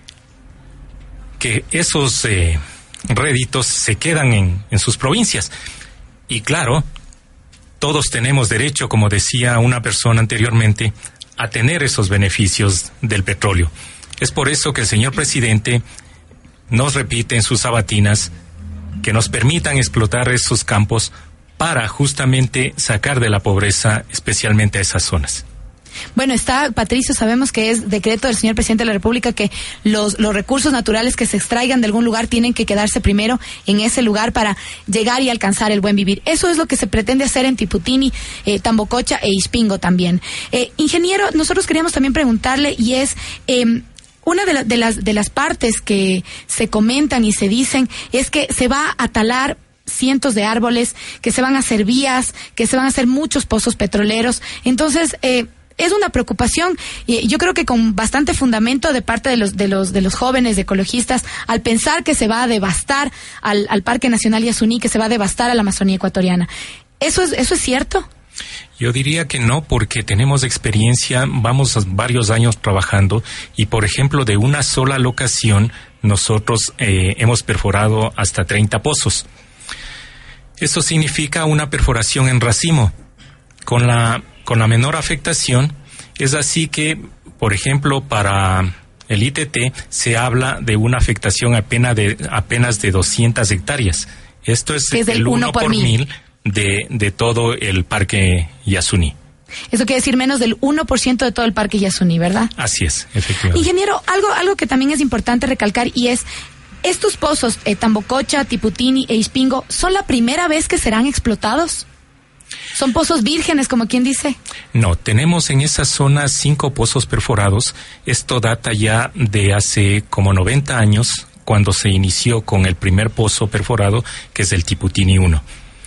que esos eh, réditos se quedan en, en sus provincias. Y claro, todos tenemos derecho, como decía una persona anteriormente, a tener esos beneficios del petróleo. Es por eso que el señor presidente nos repite en sus sabatinas que nos permitan explotar esos campos para justamente sacar de la pobreza especialmente a esas zonas. Bueno, está, Patricio, sabemos que es decreto del señor presidente de la República que los, los recursos naturales que se extraigan de algún lugar tienen que quedarse primero en ese lugar para llegar y alcanzar el buen vivir. Eso es lo que se pretende hacer en Tiputini, eh, Tambococha e Ispingo también. Eh, ingeniero, nosotros queríamos también preguntarle, y es... Eh, Una de, la, de, las, de las partes que se comentan y se dicen es que se va a talar cientos de árboles, que se van a hacer vías, que se van a hacer muchos pozos petroleros. Entonces, eh, es una preocupación, y yo creo que con bastante fundamento de parte de los de los de los jóvenes ecologistas, al pensar que se va a devastar al, al Parque Nacional Yasuní, que se va a devastar a la Amazonía ecuatoriana. ¿Eso es, eso es cierto? Yo diría que no, porque tenemos experiencia, vamos varios años trabajando y, por ejemplo, de una sola locación nosotros eh, hemos perforado hasta treinta pozos. Eso significa una perforación en racimo, con la, con la menor afectación. Es así que, por ejemplo, para el I T T se habla de una afectación apenas de, apenas de doscientas hectáreas. Esto es, es el uno por mil. De, de todo el Parque Yasuní. Eso quiere decir menos del uno por ciento de todo el Parque Yasuní, ¿verdad? Así es, efectivamente. Ingeniero, algo, algo que también es importante recalcar, y es, estos pozos, eh, Tambococha, Tiputini e Ispingo, ¿son la primera vez que serán explotados? ¿Son pozos vírgenes, como quien dice? No, tenemos en esa zona cinco pozos perforados. Esto data ya de hace como noventa años, cuando se inició con el primer pozo perforado, que es el Tiputini uno.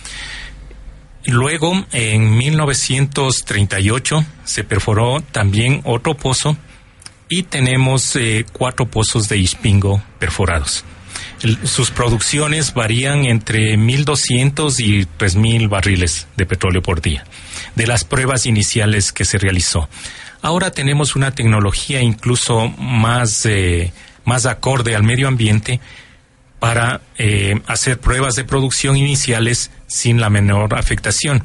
Luego, en mil novecientos treinta y ocho, se perforó también otro pozo y tenemos eh, cuatro pozos de Ispingo perforados. El, sus producciones varían entre mil doscientos y tres mil barriles de petróleo por día, de las pruebas iniciales que se realizó. Ahora tenemos una tecnología incluso más, eh, más acorde al medio ambiente para eh, hacer pruebas de producción iniciales sin la menor afectación.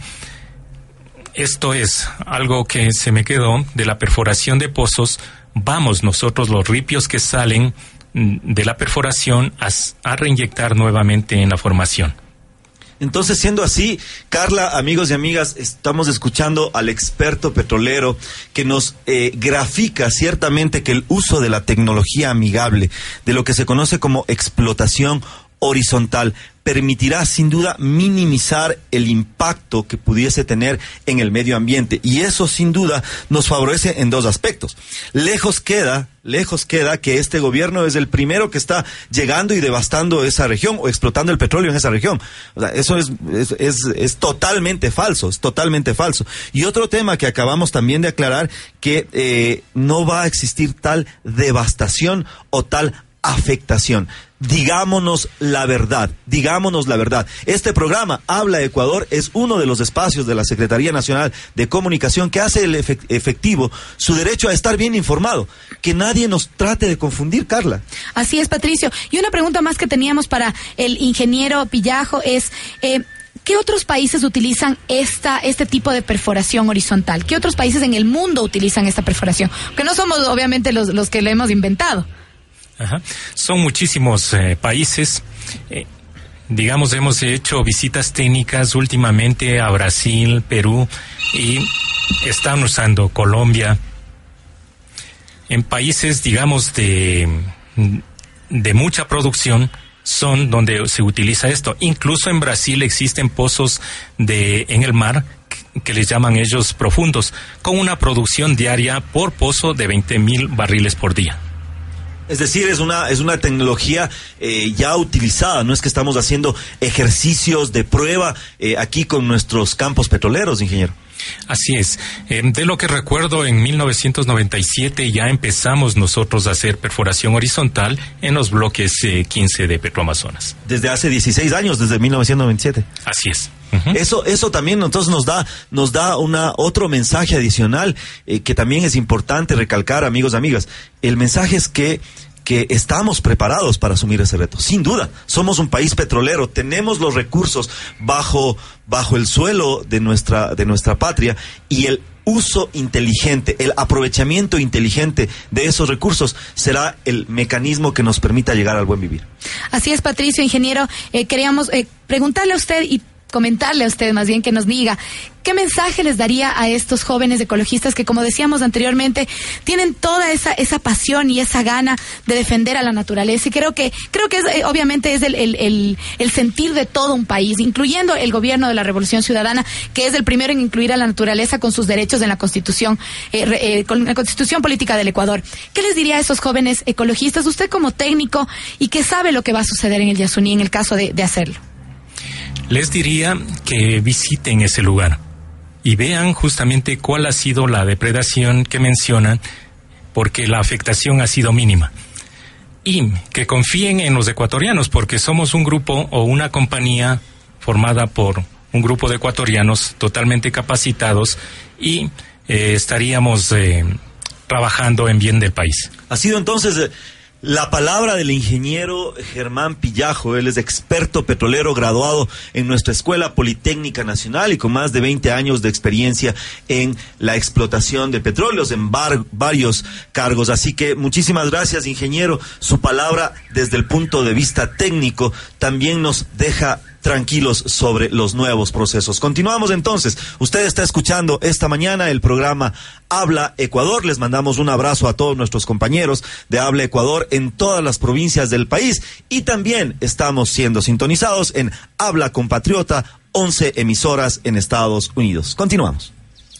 Esto es algo que se me quedó de la perforación de pozos. Vamos nosotros, los ripios que salen de la perforación, a, a reinyectar nuevamente en la formación. Entonces, siendo así, Carla, amigos y amigas, estamos escuchando al experto petrolero que nos eh, grafica ciertamente que el uso de la tecnología amigable, de lo que se conoce como explotación horizontal, permitirá sin duda minimizar el impacto que pudiese tener en el medio ambiente, y eso sin duda nos favorece en dos aspectos. Lejos queda, lejos queda que este gobierno es el primero que está llegando y devastando esa región o explotando el petróleo en esa región. O sea, eso es, es, es, es totalmente falso, es totalmente falso. Y otro tema que acabamos también de aclarar, que eh, no va a existir tal devastación o tal afectación. Digámonos la verdad, digámonos la verdad. Este programa, Habla Ecuador, es uno de los espacios de la Secretaría Nacional de Comunicación que hace el efect- efectivo su derecho a estar bien informado. Que nadie nos trate de confundir, Carla. Así es, Patricio. Y una pregunta más que teníamos para el ingeniero Pillajo es... Eh, ¿Qué otros países utilizan esta este tipo de perforación horizontal? ¿Qué otros países en el mundo utilizan esta perforación? Porque no somos obviamente los, los que lo hemos inventado. Ajá. Son muchísimos eh, países. Eh, digamos, hemos hecho visitas técnicas últimamente a Brasil, Perú, y están usando Colombia. En países, digamos, de, de mucha producción, son donde se utiliza esto. Incluso en Brasil existen pozos de en el mar que, que les llaman ellos profundos, con una producción diaria por pozo de veinte mil barriles por día. Es decir, es una es una tecnología eh, ya utilizada. No es que estamos haciendo ejercicios de prueba eh, aquí con nuestros campos petroleros, ingeniero. Así es. Eh, de lo que recuerdo, en mil novecientos noventa y siete ya empezamos nosotros a hacer perforación horizontal en los bloques eh, quince de Petroamazonas. Desde hace dieciséis años, desde mil novecientos noventa y siete. Así es. Uh-huh. Eso, eso también entonces nos da, nos da una otro mensaje adicional eh, que también es importante recalcar, amigos, amigas. El mensaje es que que estamos preparados para asumir ese reto. Sin duda, somos un país petrolero, tenemos los recursos bajo, bajo el suelo de nuestra, de nuestra patria, y el uso inteligente, el aprovechamiento inteligente de esos recursos será el mecanismo que nos permita llegar al buen vivir. Así es, Patricio, ingeniero. Eh, queríamos eh, preguntarle a usted y comentarle a usted más bien que nos diga qué mensaje les daría a estos jóvenes ecologistas que, como decíamos anteriormente, tienen toda esa esa pasión y esa gana de defender a la naturaleza. Y creo que creo que es, eh, obviamente es el, el, el, el sentir de todo un país, incluyendo el gobierno de la Revolución Ciudadana, que es el primero en incluir a la naturaleza con sus derechos en la Constitución, eh, eh, con la Constitución Política del Ecuador. ¿Qué les diría a esos jóvenes ecologistas, usted como técnico y que sabe lo que va a suceder en el Yasuní en el caso de, de hacerlo? Les diría que visiten ese lugar y vean justamente cuál ha sido la depredación que mencionan, porque la afectación ha sido mínima. Y que confíen en los ecuatorianos, porque somos un grupo o una compañía formada por un grupo de ecuatorianos totalmente capacitados y eh, estaríamos eh, trabajando en bien del país. Ha sido entonces... Eh... La palabra del ingeniero Germán Pillajo. Él es experto petrolero graduado en nuestra Escuela Politécnica Nacional y con más de veinte años de experiencia en la explotación de petróleos en bar, varios cargos. Así que muchísimas gracias, ingeniero. Su palabra desde el punto de vista técnico también nos deja tranquilos sobre los nuevos procesos. Continuamos entonces. Usted está escuchando esta mañana el programa Habla Ecuador. Les mandamos un abrazo a todos nuestros compañeros de Habla Ecuador en todas las provincias del país, y también estamos siendo sintonizados en Habla Compatriota once emisoras en Estados Unidos. Continuamos.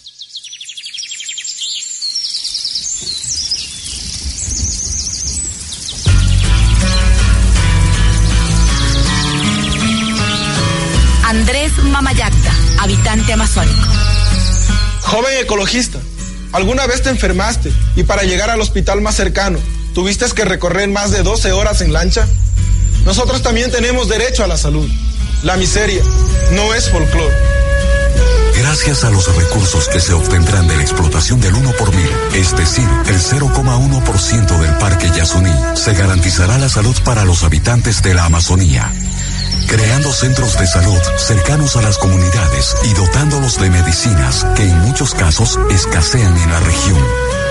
Andrés Mamayacta, habitante amazónico. Joven ecologista, ¿alguna vez te enfermaste y para llegar al hospital más cercano tuviste que recorrer más de doce horas en lancha? Nosotros también tenemos derecho a la salud. La miseria no es folclore. Gracias a los recursos que se obtendrán de la explotación del uno por mil, es decir, el cero coma uno por ciento del Parque Yasuní, se garantizará la salud para los habitantes de la Amazonía, creando centros de salud cercanos a las comunidades y dotándolos de medicinas que en muchos casos escasean en la región.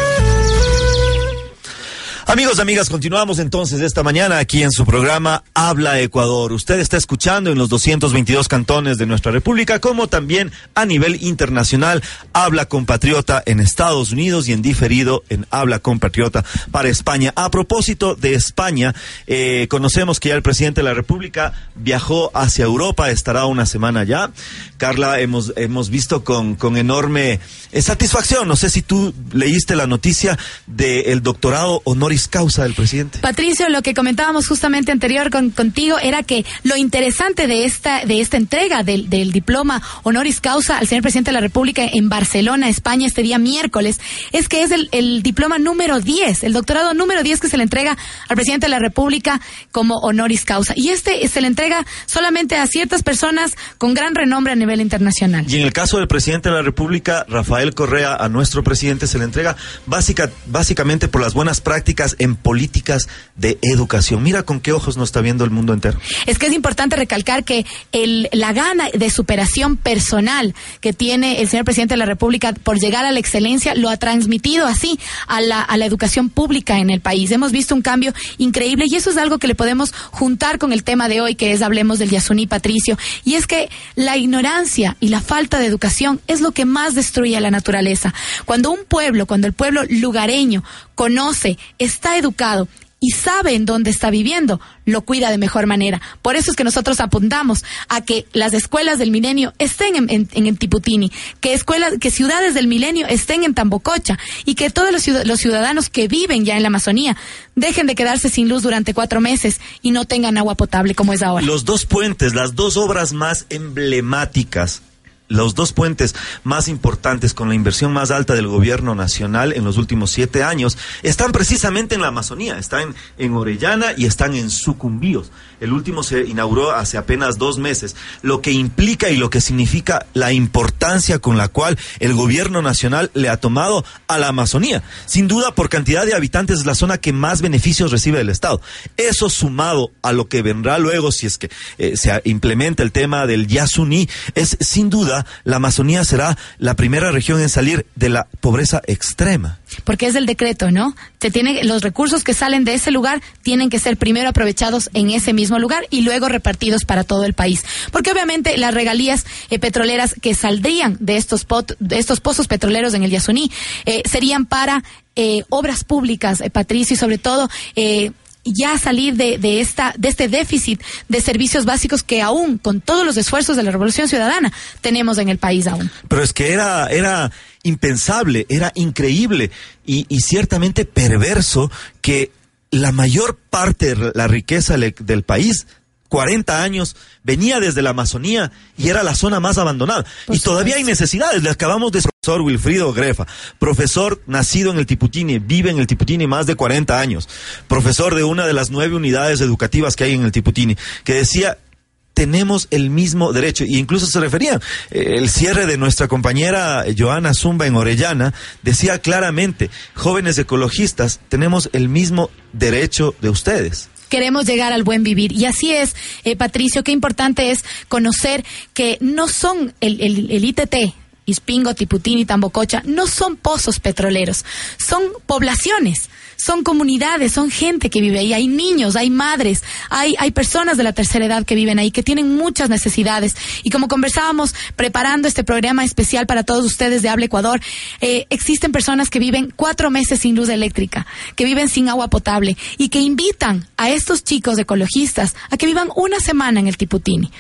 Amigos, amigas, continuamos entonces esta mañana aquí en su programa Habla Ecuador. Usted está escuchando en los doscientos veintidós cantones de nuestra república, como también a nivel internacional, Habla Compatriota en Estados Unidos y en diferido en Habla Compatriota para España. A propósito de España, eh, conocemos que ya el presidente de la República viajó hacia Europa, estará una semana ya. Carla, hemos, hemos visto con, con enorme eh, satisfacción, no sé si tú leíste la noticia del doctorado honoris causa del presidente. Patricio, lo que comentábamos justamente anterior con, contigo era que lo interesante de esta de esta entrega del, del diploma honoris causa al señor presidente de la República en Barcelona, España, este día miércoles, es que es el, el diploma número diez, el doctorado número diez que se le entrega al presidente de la República como honoris causa. Y este se le entrega solamente a ciertas personas con gran renombre a nivel internacional. Y en el caso del presidente de la República, Rafael Correa, a nuestro presidente se le entrega básica, básicamente por las buenas prácticas en políticas de educación. Mira con qué ojos nos está viendo el mundo entero. Es que es importante recalcar que el, la gana de superación personal que tiene el señor presidente de la República por llegar a la excelencia lo ha transmitido así a la, a la educación pública en el país. Hemos visto un cambio increíble y eso es algo que le podemos juntar con el tema de hoy, que es Hablemos del Yasuní, Patricio, y es que la ignorancia y la falta de educación es lo que más destruye a la naturaleza. Cuando un pueblo, cuando el pueblo lugareño conoce, está educado y sabe en dónde está viviendo, lo cuida de mejor manera. Por eso es que nosotros apuntamos a que las escuelas del milenio estén en, en, en Tiputini, que escuelas, que ciudades del milenio estén en Tambococha y que todos los, ciudad, los ciudadanos que viven ya en la Amazonía dejen de quedarse sin luz durante cuatro meses y no tengan agua potable como es ahora. Los dos puentes, las dos obras más emblemáticas, los dos puentes más importantes con la inversión más alta del gobierno nacional en los últimos siete años están precisamente en la Amazonía, están en Orellana y están en Sucumbíos. El último se inauguró hace apenas dos meses, lo que implica y lo que significa la importancia con la cual el gobierno nacional le ha tomado a la Amazonía. Sin duda, por cantidad de habitantes es la zona que más beneficios recibe del Estado. Eso sumado a lo que vendrá luego, si es que eh, se implementa el tema del Yasuní, es sin duda la Amazonía será la primera región en salir de la pobreza extrema. Porque es el decreto, ¿no? Se tiene, los recursos que salen de ese lugar tienen que ser primero aprovechados en ese mismo lugar y luego repartidos para todo el país. Porque obviamente las regalías eh, petroleras que saldrían de estos, pot, de estos pozos petroleros en el Yasuní eh, serían para eh, obras públicas, eh, Patricio, y sobre todo Eh, ya salir de, de esta de este déficit de servicios básicos que aún, con todos los esfuerzos de la Revolución Ciudadana, tenemos en el país aún. Pero es que era, era impensable, era increíble y, y ciertamente perverso que la mayor parte de la riqueza le, del país, cuarenta años, venía desde la Amazonía y era la zona más abandonada. Por y supuesto. Todavía hay necesidades. Le acabamos de profesor Wilfrido Grefa, profesor nacido en el Tiputini, vive en el Tiputini más de cuarenta años, profesor de una de las nueve unidades educativas que hay en el Tiputini, que decía: tenemos el mismo derecho, y incluso se refería, eh, el cierre de nuestra compañera Joana Zumba en Orellana, decía claramente: jóvenes ecologistas, tenemos el mismo derecho de ustedes. Queremos llegar al buen vivir. Y así es, eh, Patricio, qué importante es conocer que no son el, el, el I T T, Ispingo, Tiputini, Tambococha, no son pozos petroleros, son poblaciones, son comunidades, son gente que vive ahí, hay niños, hay madres, hay, hay personas de la tercera edad que viven ahí, que tienen muchas necesidades. Y como conversábamos preparando este programa especial para todos ustedes de Habla Ecuador, eh, existen personas que viven cuatro meses sin luz eléctrica, que viven sin agua potable y que invitan a estos chicos ecologistas a que vivan una semana en el Tiputini.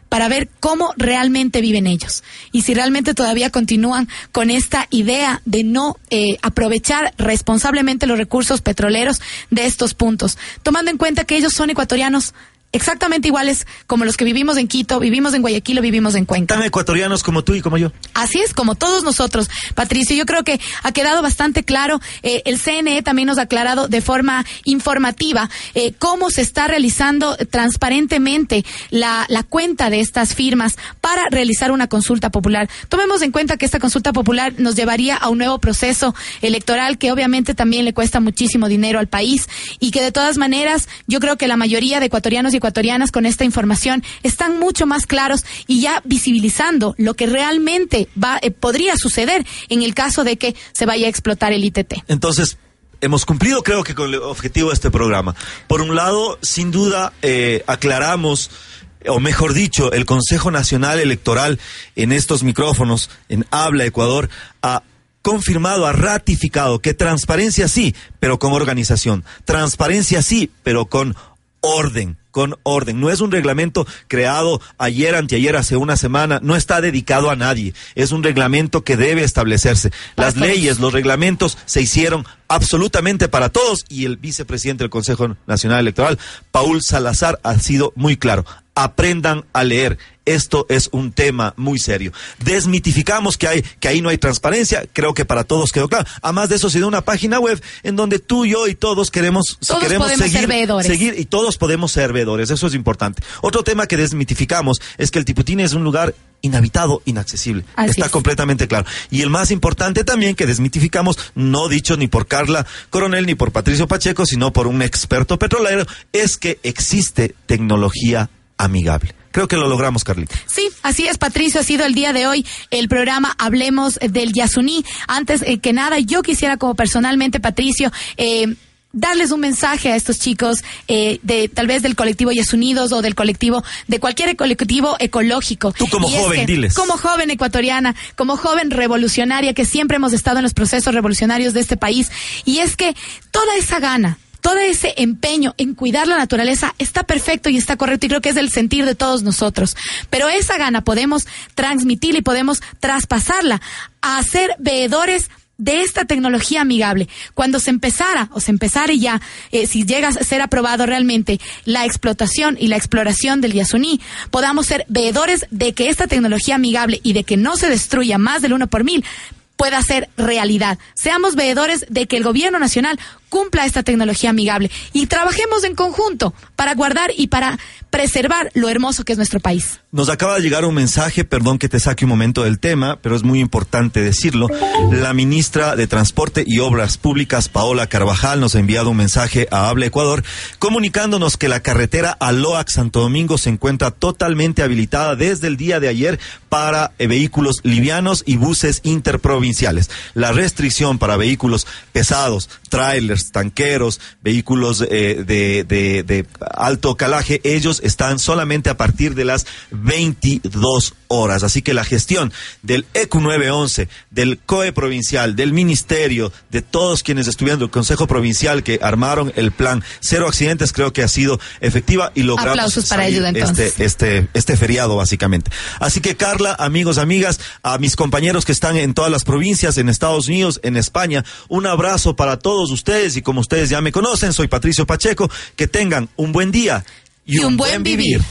para ver cómo realmente viven ellos y si realmente todavía continúan con esta idea de no eh, aprovechar responsablemente los recursos petroleros de estos puntos, tomando en cuenta que ellos son ecuatorianos exactamente iguales como los que vivimos en Quito, vivimos en Guayaquil o vivimos en Cuenca. Tan ecuatorianos como tú y como yo. Así es, como todos nosotros, Patricio. Yo creo que ha quedado bastante claro. Eh, el C N E también nos ha aclarado de forma informativa eh, cómo se está realizando transparentemente la, la cuenta de estas firmas para realizar una consulta popular. Tomemos en cuenta que esta consulta popular nos llevaría a un nuevo proceso electoral que obviamente también le cuesta muchísimo dinero al país y que de todas maneras yo creo que la mayoría de ecuatorianos y ecuatorianas con esta información están mucho más claros y ya visibilizando lo que realmente va eh, podría suceder en el caso de que se vaya a explotar el I T T. Entonces, hemos cumplido creo que con el objetivo de este programa. Por un lado, sin duda, eh, aclaramos, o mejor dicho, el Consejo Nacional Electoral en estos micrófonos, en Habla Ecuador, ha confirmado, ha ratificado que transparencia sí, pero con organización. Transparencia sí, pero con orden, con orden. No es un reglamento creado ayer, anteayer, hace una semana, no está dedicado a nadie. Es un reglamento que debe establecerse. Las leyes, los reglamentos se hicieron absolutamente para todos y el vicepresidente del Consejo Nacional Electoral, Paul Salazar, ha sido muy claro. Aprendan a leer. Esto es un tema muy serio. Desmitificamos que hay que ahí no hay transparencia. Creo que para todos quedó claro. Además de eso, se da una página web en donde tú, yo y todos queremos, todos queremos podemos seguir, ser veedores. seguir y todos podemos ser veedores. Eso es importante. Otro tema que desmitificamos es que el Tiputini es un lugar inhabitado, inaccesible. Así Está es. completamente claro. Y el más importante también que desmitificamos, no dicho ni por Carla Coronel ni por Patricio Pacheco, sino por un experto petrolero, es que existe tecnología amigable. Creo que lo logramos, Carlita. Sí, así es, Patricio. Ha sido el día de hoy el programa Hablemos del Yasuní. Antes eh, que nada, yo quisiera como personalmente, Patricio, eh, darles un mensaje a estos chicos eh, de tal vez del colectivo Yasunidos o del colectivo, de cualquier colectivo ecológico. Tú como Y es joven, que, diles. Como joven ecuatoriana, como joven revolucionaria, que siempre hemos estado en los procesos revolucionarios de este país. Y es que toda esa gana, todo ese empeño en cuidar la naturaleza está perfecto y está correcto y creo que es el sentir de todos nosotros. Pero esa gana podemos transmitirla y podemos traspasarla a ser veedores de esta tecnología amigable. Cuando se empezara, o se empezara ya, eh, si llega a ser aprobado realmente la explotación y la exploración del Yasuní, podamos ser veedores de que esta tecnología amigable y de que no se destruya más del uno por mil pueda ser realidad. Seamos veedores de que el gobierno nacional cumpla esta tecnología amigable y trabajemos en conjunto para guardar y para preservar lo hermoso que es nuestro país. Nos acaba de llegar un mensaje, perdón que te saque un momento del tema, pero es muy importante decirlo. La ministra de Transporte y Obras Públicas, Paola Carvajal, nos ha enviado un mensaje a Habla Ecuador, comunicándonos que la carretera Aloac Santo Domingo se encuentra totalmente habilitada desde el día de ayer para eh, vehículos livianos y buses interprovinciales. La restricción para vehículos pesados, trailers, tanqueros, vehículos eh, de, de, de alto calaje, ellos están solamente a partir de las veintidós horas. Así que la gestión del E Q nueve once, del C O E provincial, del ministerio, de todos quienes estuvieron del Consejo Provincial que armaron el plan Cero Accidentes, creo que ha sido efectiva y logramos aplausos para salir ellos, entonces. este, este, este feriado básicamente. Así que Carla, amigos, amigas, a mis compañeros que están en todas las provincias, en Estados Unidos, en España, un abrazo para todos ustedes y como ustedes ya me conocen, soy Patricio Pacheco, que tengan un buen día y, y un, un buen, buen vivir. vivir.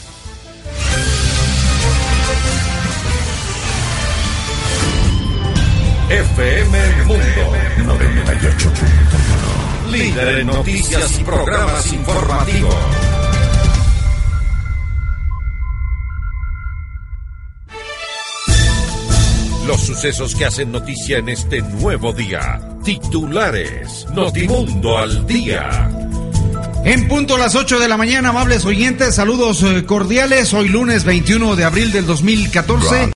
F M Mundo noventa y ocho punto uno. Líder en noticias y programas informativos. Los sucesos que hacen noticia en este nuevo día. Titulares. Notimundo al día. En punto a las ocho de la mañana, amables oyentes, saludos cordiales. Hoy lunes veintiuno de abril del dos mil catorce.